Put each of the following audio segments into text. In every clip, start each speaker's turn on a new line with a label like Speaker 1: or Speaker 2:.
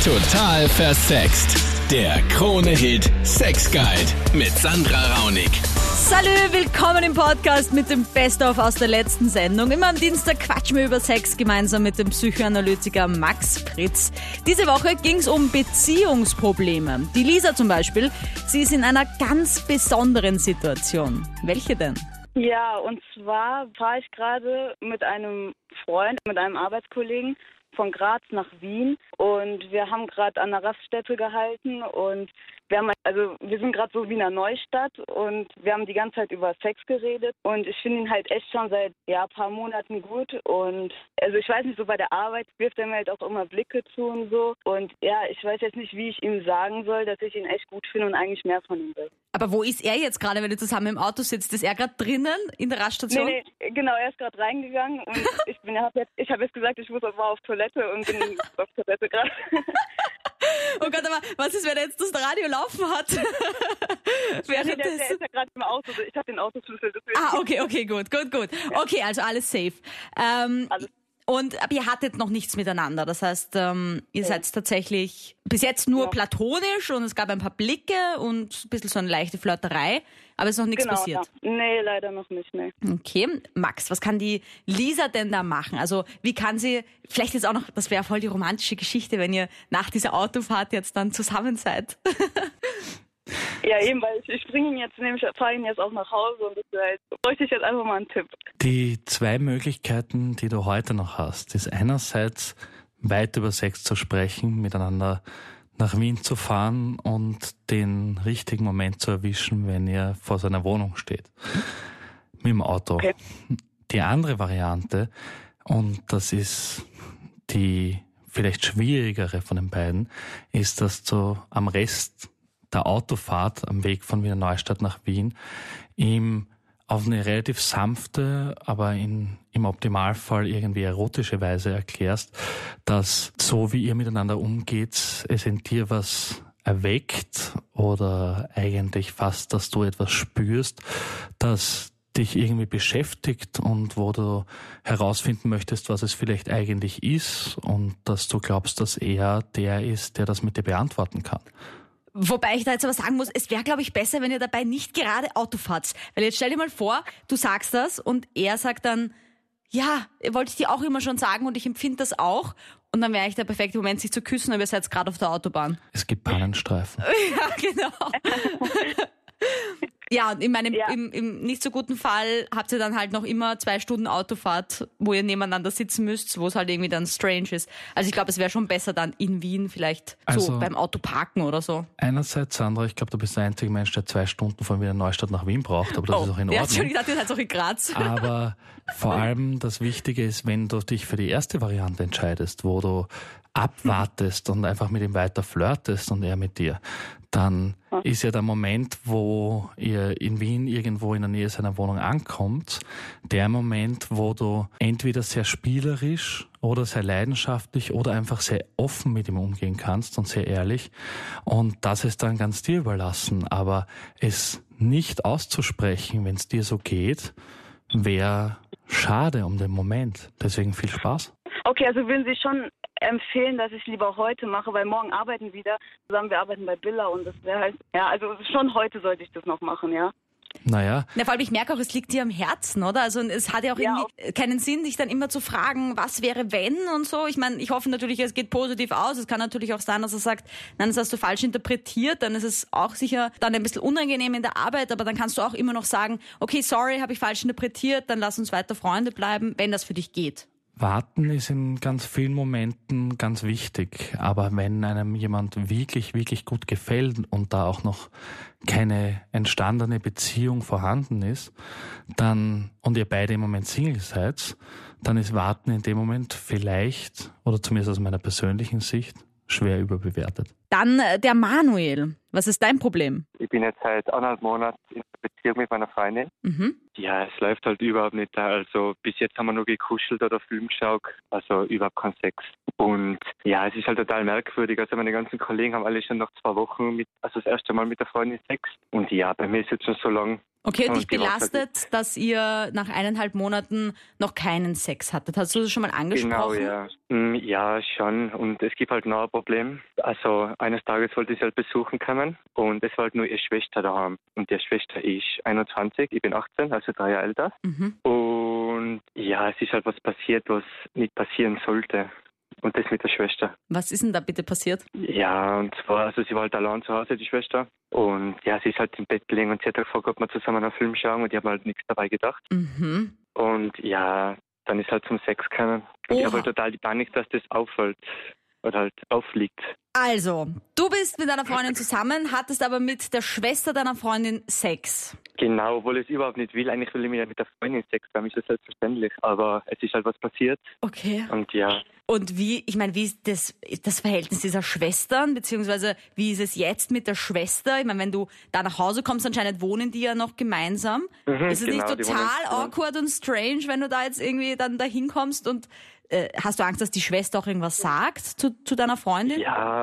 Speaker 1: Total versext. Der Krone-Hit Sex Guide mit Sandra Raunig.
Speaker 2: Salü, willkommen im Podcast mit dem Best-of aus der letzten Sendung. Immer am Dienstag quatschen wir über Sex gemeinsam mit dem Psychoanalytiker Max Fritz. Diese Woche ging es um Beziehungsprobleme. Die Lisa zum Beispiel, sie ist in einer ganz besonderen Situation. Welche denn?
Speaker 3: Ja, und zwar fahre ich gerade mit einem Freund, mit einem Arbeitskollegen von Graz nach Wien und wir haben gerade an der Raststätte gehalten und wir sind gerade so Wiener Neustadt und wir haben die ganze Zeit über Sex geredet und ich finde ihn halt echt schon seit ein paar Monaten gut und also ich weiß nicht, so bei der Arbeit wirft er mir halt auch immer Blicke zu und so und ja, ich weiß jetzt nicht, wie ich ihm sagen soll, dass ich ihn echt gut finde und eigentlich mehr von ihm will.
Speaker 2: Aber wo ist er jetzt gerade, wenn ihr zusammen im Auto sitzt? Ist er gerade drinnen in der Raststation?
Speaker 3: Nee, genau, er ist gerade reingegangen und ich habe jetzt gesagt, ich muss aber auf Toilette und bin auf Toilette gerade.
Speaker 2: Oh Gott, aber was ist, wenn er jetzt das Radio laufen hat?
Speaker 3: Der ist ja gerade im Auto, ich habe den Autoschlüssel. Deswegen.
Speaker 2: Okay, gut. Ja. Okay, also alles safe.
Speaker 3: Alles.
Speaker 2: Aber ihr hattet noch nichts miteinander, das heißt, ihr seid tatsächlich bis jetzt nur platonisch und es gab ein paar Blicke und ein bisschen so eine leichte Flirterei, aber es ist noch nichts passiert.
Speaker 3: Ja. Nee, leider noch nicht, nee.
Speaker 2: Okay, Max, was kann die Lisa denn da machen? Also wie kann sie, vielleicht jetzt auch noch, das wäre voll die romantische Geschichte, wenn ihr nach dieser Autofahrt jetzt dann zusammen seid.
Speaker 3: Ja, eben, weil ich fahre ihn jetzt auch nach Hause und deshalb bräuchte ich jetzt einfach mal einen Tipp.
Speaker 4: Die zwei Möglichkeiten, die du heute noch hast, ist einerseits weit über Sex zu sprechen, miteinander nach Wien zu fahren und den richtigen Moment zu erwischen, wenn ihr vor seiner Wohnung steht. Mit dem Auto. Okay. Die andere Variante, und das ist die vielleicht schwierigere von den beiden, ist, dass du am Rest der Autofahrt am Weg von Wiener Neustadt nach Wien ihm auf eine relativ sanfte, aber im Optimalfall irgendwie erotische Weise erklärst, dass so wie ihr miteinander umgeht, es in dir was erweckt oder eigentlich fast, dass du etwas spürst, das dich irgendwie beschäftigt und wo du herausfinden möchtest, was es vielleicht eigentlich ist und dass du glaubst, dass er der ist, der das mit dir beantworten kann.
Speaker 2: Wobei ich da jetzt aber sagen muss, es wäre, glaube ich, besser, wenn ihr dabei nicht gerade Auto fahrt. Weil jetzt stell dir mal vor, du sagst das und er sagt dann, ja, wollte ich dir auch immer schon sagen und ich empfinde das auch. Und dann wäre ich der perfekte Moment, sich zu küssen, aber ihr seid gerade auf der Autobahn.
Speaker 4: Es gibt Pannenstreifen.
Speaker 2: Ja, genau. Ja, und im nicht so guten Fall habt ihr dann halt noch immer 2 Stunden Autofahrt, wo ihr nebeneinander sitzen müsst, wo es halt irgendwie dann strange ist. Also ich glaube, es wäre schon besser dann in Wien vielleicht so beim Autoparken oder so.
Speaker 4: Einerseits, Sandra, ich glaube, du bist der einzige Mensch, der 2 Stunden von Wiener Neustadt nach Wien braucht, aber das ist auch in Ordnung.
Speaker 2: Ja, schon gedacht, ihr seid auch in Graz.
Speaker 4: Aber vor allem das Wichtige ist, wenn du dich für die erste Variante entscheidest, wo du abwartest und einfach mit ihm weiter flirtest und er mit dir, dann ist ja der Moment, wo ihr in Wien irgendwo in der Nähe seiner Wohnung ankommt, der Moment, wo du entweder sehr spielerisch oder sehr leidenschaftlich oder einfach sehr offen mit ihm umgehen kannst und sehr ehrlich. Und das ist dann ganz dir überlassen. Aber es nicht auszusprechen, wenn es dir so geht, wäre schade um den Moment. Deswegen viel Spaß.
Speaker 3: Okay, also würden Sie schon empfehlen, dass ich lieber heute mache, weil morgen arbeiten wir zusammen, wir arbeiten bei Billa und das wäre halt, ja, also schon heute sollte ich das noch machen, ja.
Speaker 4: Naja.
Speaker 2: Na, vor allem, ich merke auch, es liegt dir am Herzen, oder? Also es hat ja auch irgendwie keinen Sinn, dich dann immer zu fragen, was wäre wenn und so. Ich meine, ich hoffe natürlich, es geht positiv aus. Es kann natürlich auch sein, dass er sagt, nein, das hast du falsch interpretiert. Dann ist es auch sicher dann ein bisschen unangenehm in der Arbeit, aber dann kannst du auch immer noch sagen, okay, sorry, habe ich falsch interpretiert, dann lass uns weiter Freunde bleiben, wenn das für dich geht.
Speaker 4: Warten ist in ganz vielen Momenten ganz wichtig, aber wenn einem jemand wirklich, wirklich gut gefällt und da auch noch keine entstandene Beziehung vorhanden ist, dann, und ihr beide im Moment Single seid, dann ist Warten in dem Moment vielleicht, oder zumindest aus meiner persönlichen Sicht, schwer überbewertet.
Speaker 2: Dann der Manuel. Was ist dein Problem?
Speaker 5: Ich bin jetzt seit 1,5 Monaten in einer Beziehung mit meiner Freundin.
Speaker 2: Mhm.
Speaker 5: Ja, es läuft halt überhaupt nicht. Also bis jetzt haben wir nur gekuschelt oder Film geschaut, also überhaupt kein Sex. Und ja, es ist halt total merkwürdig. Also meine ganzen Kollegen haben alle schon nach 2 Wochen das erste Mal mit der Freundin Sex. Und ja, bei mir ist jetzt schon so lange
Speaker 2: Okay, und dich belastet, dass ihr nach 1,5 Monaten noch keinen Sex hattet. Hast du das schon mal angesprochen?
Speaker 5: Genau, ja. Ja, schon. Und es gibt halt noch ein Problem. Also eines Tages wollte ich sie halt besuchen kommen und es war halt nur ihre Schwester daheim. Und die Schwester ist 21, ich bin 18, also 3 Jahre älter. Und ja, es ist halt was passiert, was nicht passieren sollte. Und das mit der Schwester.
Speaker 2: Was ist denn da bitte passiert?
Speaker 5: Ja, und zwar, also sie war halt allein zu Hause, die Schwester. Und ja, sie ist halt im Bett gelegen und sie hat gefragt, ob wir zusammen einen Film schauen und ich habe halt nichts dabei gedacht. Und ja, dann ist halt zum Sex gekommen. Und ich habe halt total die Panik, dass das auffällt oder halt auffliegt.
Speaker 2: Also, du bist mit deiner Freundin zusammen, hattest aber mit der Schwester deiner Freundin Sex.
Speaker 5: Genau, obwohl ich es überhaupt nicht will. Eigentlich will ich mit der Freundin Sex haben, ist das selbstverständlich. Aber es ist halt was passiert.
Speaker 2: Okay.
Speaker 5: Und ja.
Speaker 2: Und wie ist das Verhältnis dieser Schwestern, beziehungsweise wie ist es jetzt mit der Schwester? Ich meine, wenn du da nach Hause kommst, anscheinend wohnen die ja noch gemeinsam. Ist es nicht total awkward und strange, wenn du da jetzt irgendwie dann da hinkommst und hast du Angst, dass die Schwester auch irgendwas sagt zu deiner Freundin?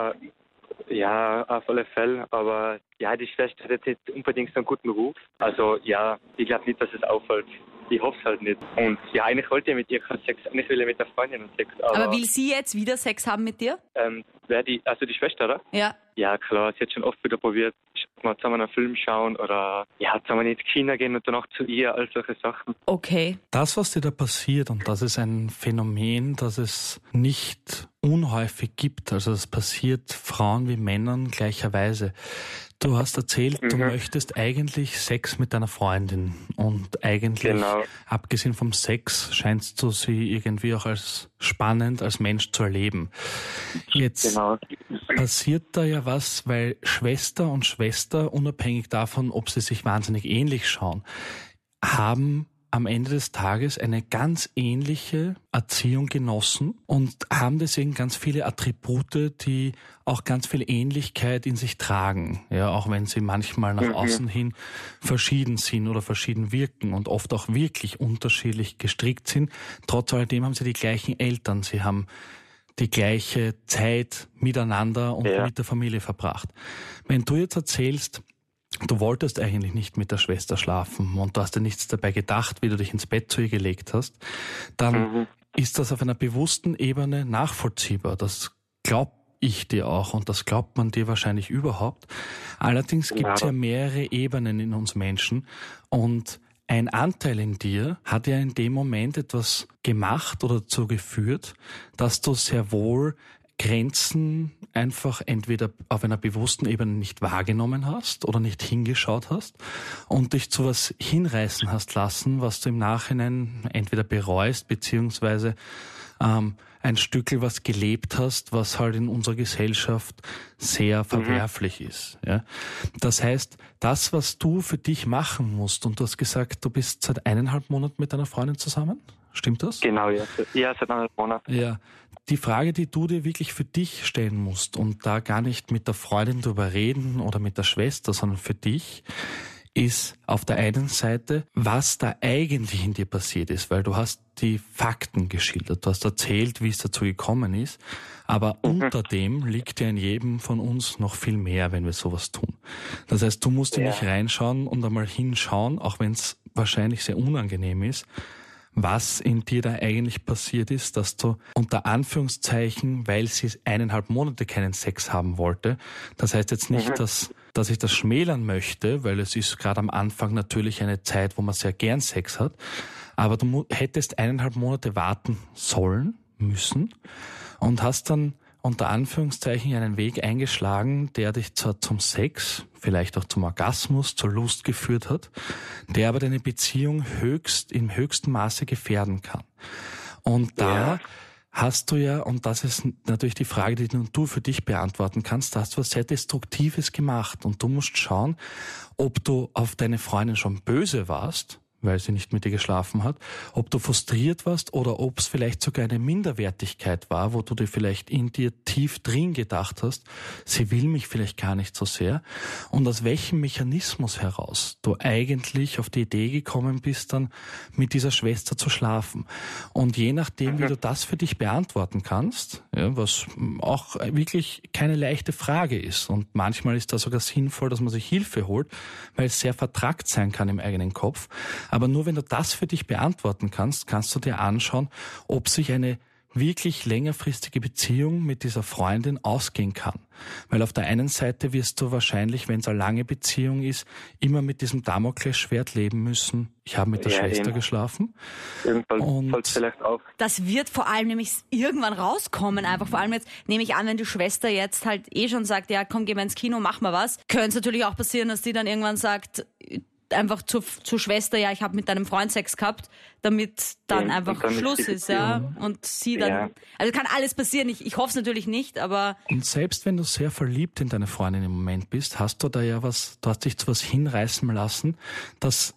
Speaker 5: Ja, auf alle Fälle. Aber ja, die Schwester hat jetzt nicht unbedingt so einen guten Ruf. Also ja, ich glaube nicht, dass es auffällt. Ich hoffe es halt nicht. Und ja, eigentlich wollte ich mit ihr keinen Sex, eigentlich will ich mit der Freundin Sex.
Speaker 2: Aber will sie jetzt wieder Sex haben mit dir?
Speaker 5: Die Schwester, oder?
Speaker 2: Ja.
Speaker 5: Ja, klar, sie hat schon oft wieder probiert, mal zusammen einen Film schauen oder ja, zusammen ins Kino gehen und danach zu ihr, all solche Sachen.
Speaker 2: Okay.
Speaker 4: Das, was dir da passiert, und das ist ein Phänomen, das es nicht unhäufig gibt, also das passiert Frauen wie Männern gleicherweise. Du hast erzählt, du möchtest eigentlich Sex mit deiner Freundin und eigentlich, abgesehen vom Sex, scheinst du sie irgendwie auch als spannend, als Mensch zu erleben. Jetzt passiert da ja was, weil Schwester und Schwester, unabhängig davon, ob sie sich wahnsinnig ähnlich schauen, haben am Ende des Tages eine ganz ähnliche Erziehung genossen und haben deswegen ganz viele Attribute, die auch ganz viel Ähnlichkeit in sich tragen. Ja, auch wenn sie manchmal nach außen hin verschieden sind oder verschieden wirken und oft auch wirklich unterschiedlich gestrickt sind. Trotz alledem haben sie die gleichen Eltern. Sie haben die gleiche Zeit miteinander und mit der Familie verbracht. Wenn du jetzt erzählst, du wolltest eigentlich nicht mit der Schwester schlafen und du hast dir nichts dabei gedacht, wie du dich ins Bett zu ihr gelegt hast, dann ist das auf einer bewussten Ebene nachvollziehbar. Das glaubt ich dir auch und das glaubt man dir wahrscheinlich überhaupt. Allerdings gibt es ja mehrere Ebenen in uns Menschen und ein Anteil in dir hat ja in dem Moment etwas gemacht oder dazu geführt, dass du sehr wohl Grenzen einfach entweder auf einer bewussten Ebene nicht wahrgenommen hast oder nicht hingeschaut hast und dich zu was hinreißen hast lassen, was du im Nachhinein entweder bereust, beziehungsweise ein Stückel was gelebt hast, was halt in unserer Gesellschaft sehr verwerflich ist. Ja? Das heißt, das, was du für dich machen musst, und du hast gesagt, du bist seit 1,5 Monaten mit deiner Freundin zusammen, stimmt das?
Speaker 5: Genau, ja. Ja, seit 1,5 Monaten.
Speaker 4: Ja. Die Frage, die du dir wirklich für dich stellen musst und da gar nicht mit der Freundin drüber reden oder mit der Schwester, sondern für dich, ist auf der einen Seite, was da eigentlich in dir passiert ist, weil du hast die Fakten geschildert, du hast erzählt, wie es dazu gekommen ist, aber unter dem liegt ja in jedem von uns noch viel mehr, wenn wir sowas tun. Das heißt, du musst in dich reinschauen und einmal hinschauen, auch wenn es wahrscheinlich sehr unangenehm ist, was in dir da eigentlich passiert ist, dass du unter Anführungszeichen, weil sie 1,5 Monate keinen Sex haben wollte, das heißt jetzt nicht, dass ich das schmälern möchte, weil es ist gerade am Anfang natürlich eine Zeit, wo man sehr gern Sex hat, aber du hättest 1,5 Monate warten sollen, müssen und hast dann unter Anführungszeichen einen Weg eingeschlagen, der dich zwar zum Sex, vielleicht auch zum Orgasmus, zur Lust geführt hat, der aber deine Beziehung im höchsten Maße gefährden kann. Und da hast du ja, und das ist natürlich die Frage, die du für dich beantworten kannst, da hast du was sehr Destruktives gemacht und du musst schauen, ob du auf deine Freundin schon böse warst, weil sie nicht mit dir geschlafen hat, ob du frustriert warst oder ob es vielleicht sogar eine Minderwertigkeit war, wo du dir vielleicht in dir tief drin gedacht hast, sie will mich vielleicht gar nicht so sehr, und aus welchem Mechanismus heraus du eigentlich auf die Idee gekommen bist, dann mit dieser Schwester zu schlafen. Und je nachdem, wie du das für dich beantworten kannst, ja, was auch wirklich keine leichte Frage ist. Und manchmal ist das sogar sinnvoll, dass man sich Hilfe holt, weil es sehr vertrackt sein kann im eigenen Kopf. Aber nur wenn du das für dich beantworten kannst, kannst du dir anschauen, ob sich eine wirklich längerfristige Beziehung mit dieser Freundin ausgehen kann. Weil auf der einen Seite wirst du wahrscheinlich, wenn es eine lange Beziehung ist, immer mit diesem Damoklesschwert leben müssen. Ich habe mit der Schwester geschlafen.
Speaker 5: Irgendwann fällt es vielleicht auf.
Speaker 2: Das wird vor allem nämlich irgendwann rauskommen. Einfach vor allem jetzt, nehme ich an, wenn die Schwester jetzt halt schon sagt, ja komm, geh mal ins Kino, mach mal was. Könnte es natürlich auch passieren, dass die dann irgendwann sagt, einfach zur Schwester, ja, ich habe mit deinem Freund Sex gehabt, damit dann einfach Schluss ist, ja. Und sie dann, also kann alles passieren. Ich hoffe es natürlich nicht, aber...
Speaker 4: Und selbst wenn du sehr verliebt in deine Freundin im Moment bist, hast du da ja du hast dich zu was hinreißen lassen, das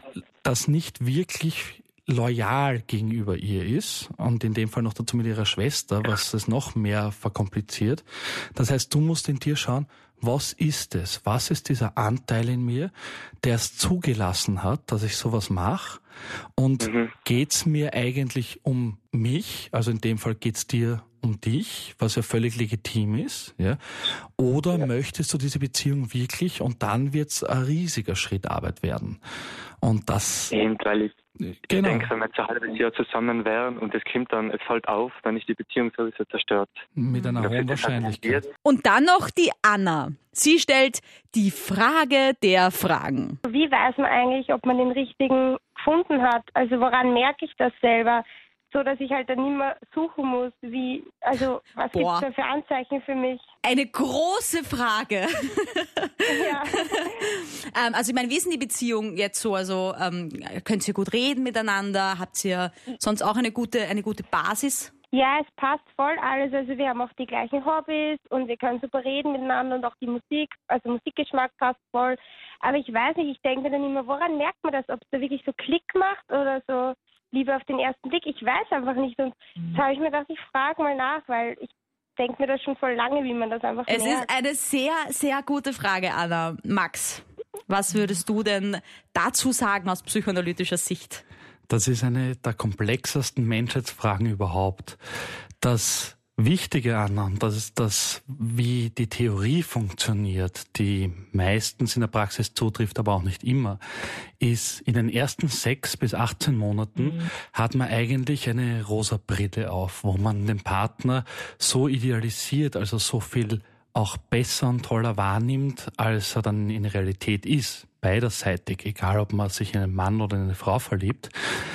Speaker 4: nicht wirklich loyal gegenüber ihr ist und in dem Fall noch dazu mit ihrer Schwester, was es noch mehr verkompliziert. Das heißt, du musst in dir schauen, was ist es? Was ist dieser Anteil in mir, der es zugelassen hat, dass ich sowas mache? Und geht's mir eigentlich um mich? Also in dem Fall geht's dir um dich, was ja völlig legitim ist, ja? Oder möchtest du diese Beziehung wirklich? Und dann wird's ein riesiger Schritt Arbeit werden. Und das...
Speaker 5: Weil ich denke, wenn wir jetzt ein halbes Jahr zusammen wären und es fällt auf, dann ist die Beziehung sowieso zerstört.
Speaker 4: Mit einer hohen Wahrscheinlichkeit.
Speaker 2: Und dann noch die Anna. Sie stellt die Frage der Fragen.
Speaker 6: Wie weiß man eigentlich, ob man den richtigen gefunden hat? Also woran merke ich das selber? So, dass ich halt dann nicht mehr suchen muss, was gibt es da für Anzeichen für mich?
Speaker 2: Eine große Frage.
Speaker 6: Ja.
Speaker 2: Also ich meine, wie ist denn die Beziehung jetzt so? Also könnt ihr gut reden miteinander? Habt ihr sonst auch eine gute Basis?
Speaker 6: Ja, es passt voll alles. Also wir haben auch die gleichen Hobbys und wir können super reden miteinander und auch die Musik, also Musikgeschmack passt voll. Aber ich weiß nicht, ich denke mir dann immer, woran merkt man das? Ob es da wirklich so Klick macht oder so Liebe auf den ersten Blick? Ich weiß einfach nicht. Und jetzt habe ich mir gedacht, ich frage mal nach, weil ich denke mir das schon voll lange, wie man das einfach merkt.
Speaker 2: Es ist eine sehr, sehr gute Frage, Anna. Max, was würdest du denn dazu sagen aus psychoanalytischer Sicht?
Speaker 4: Das ist eine der komplexesten Menschheitsfragen überhaupt. Das Wichtige an, das ist das, wie die Theorie funktioniert, die meistens in der Praxis zutrifft, aber auch nicht immer, ist, in den ersten 6 bis 18 Monaten hat man eigentlich eine rosa Brille auf, wo man den Partner so idealisiert, also so viel auch besser und toller wahrnimmt, als er dann in Realität ist, beiderseitig, egal ob man sich in einen Mann oder in eine Frau verliebt.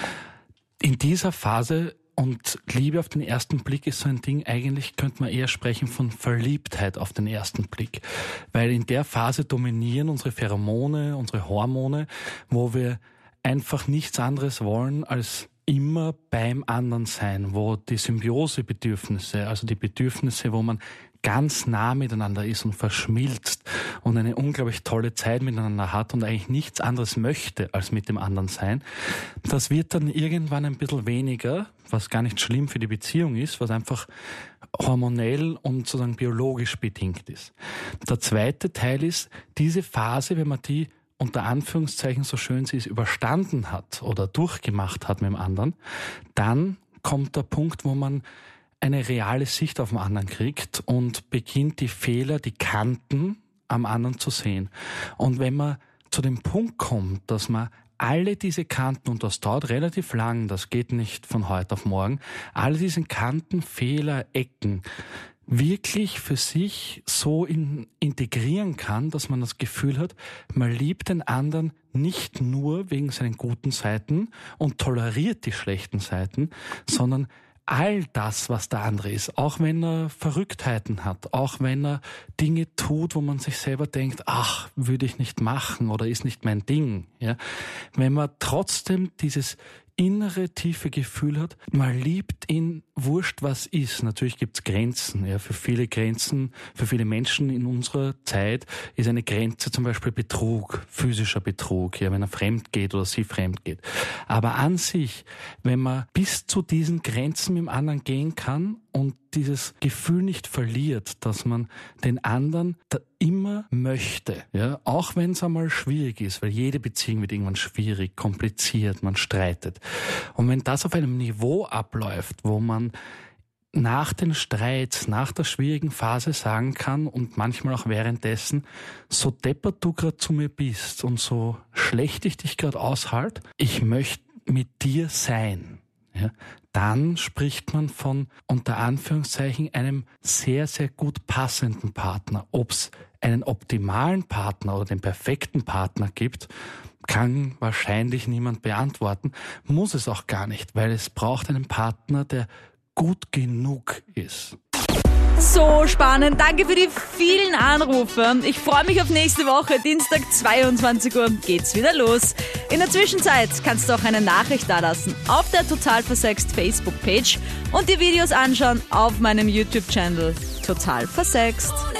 Speaker 4: In dieser Phase und Liebe auf den ersten Blick ist so ein Ding, eigentlich könnte man eher sprechen von Verliebtheit auf den ersten Blick. Weil in der Phase dominieren unsere Pheromone, unsere Hormone, wo wir einfach nichts anderes wollen als immer beim anderen sein, wo die Symbiosebedürfnisse, also die Bedürfnisse, wo man ganz nah miteinander ist und verschmilzt und eine unglaublich tolle Zeit miteinander hat und eigentlich nichts anderes möchte, als mit dem anderen sein, das wird dann irgendwann ein bisschen weniger, was gar nicht schlimm für die Beziehung ist, was einfach hormonell und sozusagen biologisch bedingt ist. Der zweite Teil ist, diese Phase, wenn man die unter Anführungszeichen, so schön sie ist, überstanden hat oder durchgemacht hat mit dem anderen, dann kommt der Punkt, wo man eine reale Sicht auf den anderen kriegt und beginnt die Fehler, die Kanten am anderen zu sehen. Und wenn man zu dem Punkt kommt, dass man alle diese Kanten, und das dauert relativ lang, das geht nicht von heute auf morgen, alle diese Kanten, Fehler, Ecken wirklich für sich so integrieren kann, dass man das Gefühl hat, man liebt den anderen nicht nur wegen seinen guten Seiten und toleriert die schlechten Seiten, sondern all das, was der andere ist, auch wenn er Verrücktheiten hat, auch wenn er Dinge tut, wo man sich selber denkt, ach, würde ich nicht machen oder ist nicht mein Ding, ja, wenn man trotzdem dieses innere, tiefe Gefühl hat, man liebt ihn, wurscht was ist. Natürlich gibt's Grenzen. Ja, für viele Menschen in unserer Zeit ist eine Grenze zum Beispiel Betrug, physischer Betrug, ja, wenn er fremd geht oder sie fremd geht. Aber an sich, wenn man bis zu diesen Grenzen mit dem anderen gehen kann und dieses Gefühl nicht verliert, dass man den anderen immer möchte, ja, auch wenn es einmal schwierig ist, weil jede Beziehung wird irgendwann schwierig, kompliziert, man streitet. Und wenn das auf einem Niveau abläuft, wo man nach den Streits, nach der schwierigen Phase sagen kann und manchmal auch währenddessen, so deppert du gerade zu mir bist und so schlecht ich dich gerade aushalte, ich möchte mit dir sein. Ja, dann spricht man von, unter Anführungszeichen, einem sehr, sehr gut passenden Partner. Ob es einen optimalen Partner oder den perfekten Partner gibt, kann wahrscheinlich niemand beantworten, muss es auch gar nicht, weil es braucht einen Partner, der gut genug ist.
Speaker 2: So spannend. Danke für die vielen Anrufe. Ich freue mich auf nächste Woche. Dienstag 22 Uhr geht's wieder los. In der Zwischenzeit kannst du auch eine Nachricht dalassen auf der Total Versext Facebook-Page und die Videos anschauen auf meinem YouTube-Channel Total Versext.